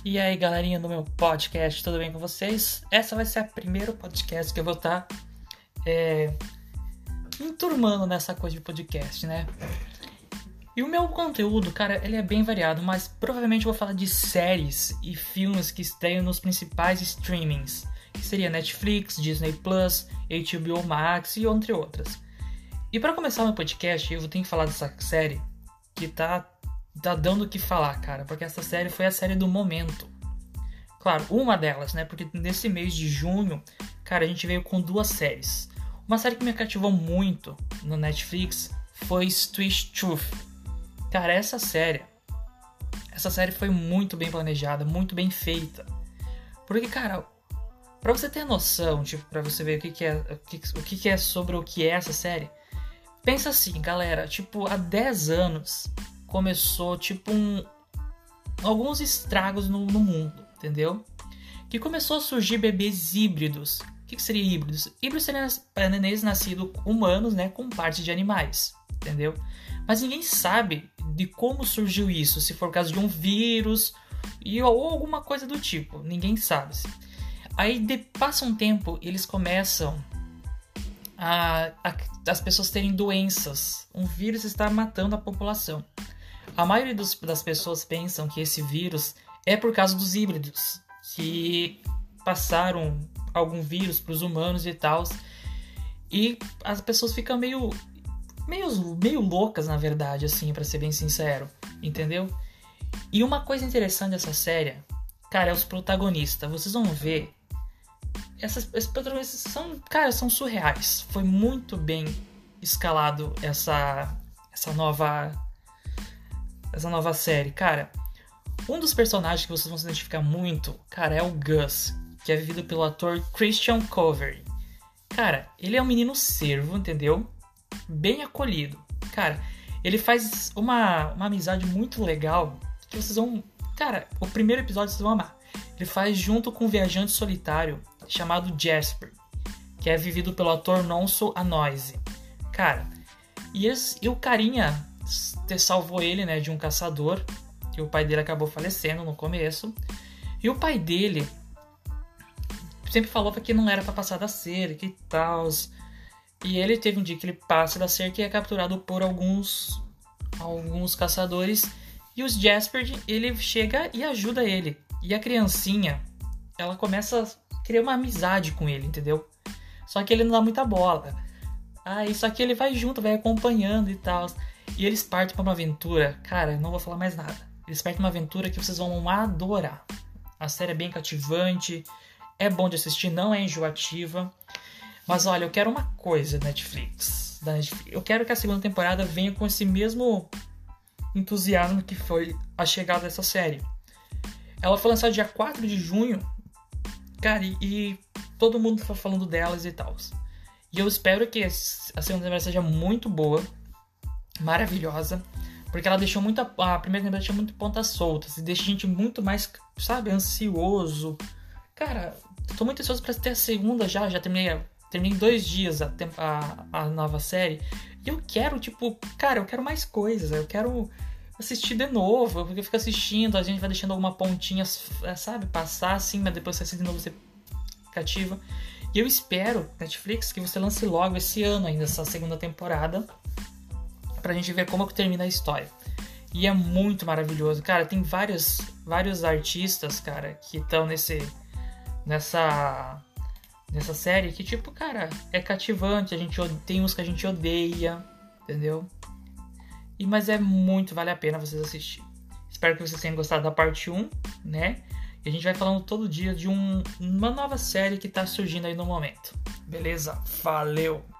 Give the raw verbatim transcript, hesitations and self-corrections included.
E aí, galerinha do meu podcast, tudo bem com vocês? Essa vai ser a primeira podcast que eu vou estar é, enturmando nessa coisa de podcast, né? E o meu conteúdo, cara, ele é bem variado, mas provavelmente eu vou falar de séries e filmes que estreiam nos principais streamings, que seria Netflix, Disney Plus, H B O Max e entre outras. E para começar o meu podcast, eu tenho que falar dessa série que tá Tá dando o que falar, cara, porque essa série foi a série do momento. Claro, uma delas, né, porque nesse mês de junho, cara, a gente veio com duas séries. Uma série que me cativou muito no Netflix foi Sweet Tooth. Cara, essa série, essa série foi muito bem planejada, muito bem feita. Porque, cara, pra você ter noção, tipo, pra você ver o que, que é, o que, o que, que é sobre o que é essa série, pensa assim, galera, tipo, há dez anos... começou, tipo, um, alguns estragos no, no mundo, entendeu? Que começou a surgir bebês híbridos. O que, que seria híbridos? Híbridos seriam nenéns nascidos humanos, né, com partes de animais, entendeu? Mas ninguém sabe de como surgiu isso, se for caso de um vírus e, ou alguma coisa do tipo, ninguém sabe. Aí, de, passa um tempo, eles começam a, a, as pessoas terem doenças. Um vírus está matando a população. A maioria dos, das pessoas pensam que esse vírus é por causa dos híbridos, que passaram algum vírus para os humanos e tal. E as pessoas ficam meio, meio, meio loucas, na verdade, assim, para ser bem sincero, entendeu? E uma coisa interessante dessa série, cara, é os protagonistas. Vocês vão ver, essas, esses protagonistas são, cara, são surreais. Foi muito bem escalado essa, essa nova... essa nova série, cara. Um dos personagens que vocês vão se identificar muito, cara, é o Gus, que é vivido pelo ator Christian Covey. Cara, ele é um menino servo, entendeu? Bem acolhido. Cara, ele faz uma, uma amizade muito legal, que vocês vão... Cara, o primeiro episódio vocês vão amar. Ele faz junto com um viajante solitário chamado Jasper, que é vivido pelo ator Nonso Anoise. Cara, e, esse, e o carinha... ter salvou ele, né, de um caçador, que o pai dele acabou falecendo no começo. E o pai dele sempre falou que não era pra passar da cerca e tal. E ele teve um dia que ele passa da cerca e é capturado por alguns alguns caçadores. E os Jasper, ele chega e ajuda ele. E a criancinha, ela começa a criar uma amizade com ele, entendeu? Só que ele não dá muita bola. Aí, só que ele vai junto, vai acompanhando e tal. E eles partem pra uma aventura, cara, eu não vou falar mais nada. Eles partem pra uma aventura que vocês vão adorar. A série é bem cativante, é bom de assistir, não é enjoativa. Mas olha, eu quero uma coisa, Netflix, da Netflix. Eu quero que a segunda temporada venha com esse mesmo entusiasmo que foi a chegada dessa série. Ela foi lançada dia quatro de junho, cara, e, e todo mundo tá falando delas e tal. E eu espero que a segunda temporada seja muito boa, maravilhosa, porque ela deixou muita, a primeira temporada deixou muito pontas soltas e deixa a gente muito mais, sabe, ansioso. Cara, tô muito ansioso pra ter a segunda já, já terminei, terminei em dois dias a, a, a nova série, e eu quero, tipo, cara, eu quero mais coisas, eu quero assistir de novo, porque eu fico assistindo, a gente vai deixando alguma pontinha, sabe, passar assim, mas depois você assiste de novo, você cativa. E eu espero, Netflix, que você lance logo esse ano ainda essa segunda temporada, pra gente ver como que termina a história. E é muito maravilhoso. Cara, tem vários, vários artistas, cara, que estão nesse, nessa, nessa série que, tipo, cara, é cativante. A gente tem uns que a gente odeia, entendeu? E, mas é muito, vale a pena vocês assistirem. Espero que vocês tenham gostado da parte um, né? E a gente vai falando todo dia de um, uma nova série que tá surgindo aí no momento. Beleza? Valeu!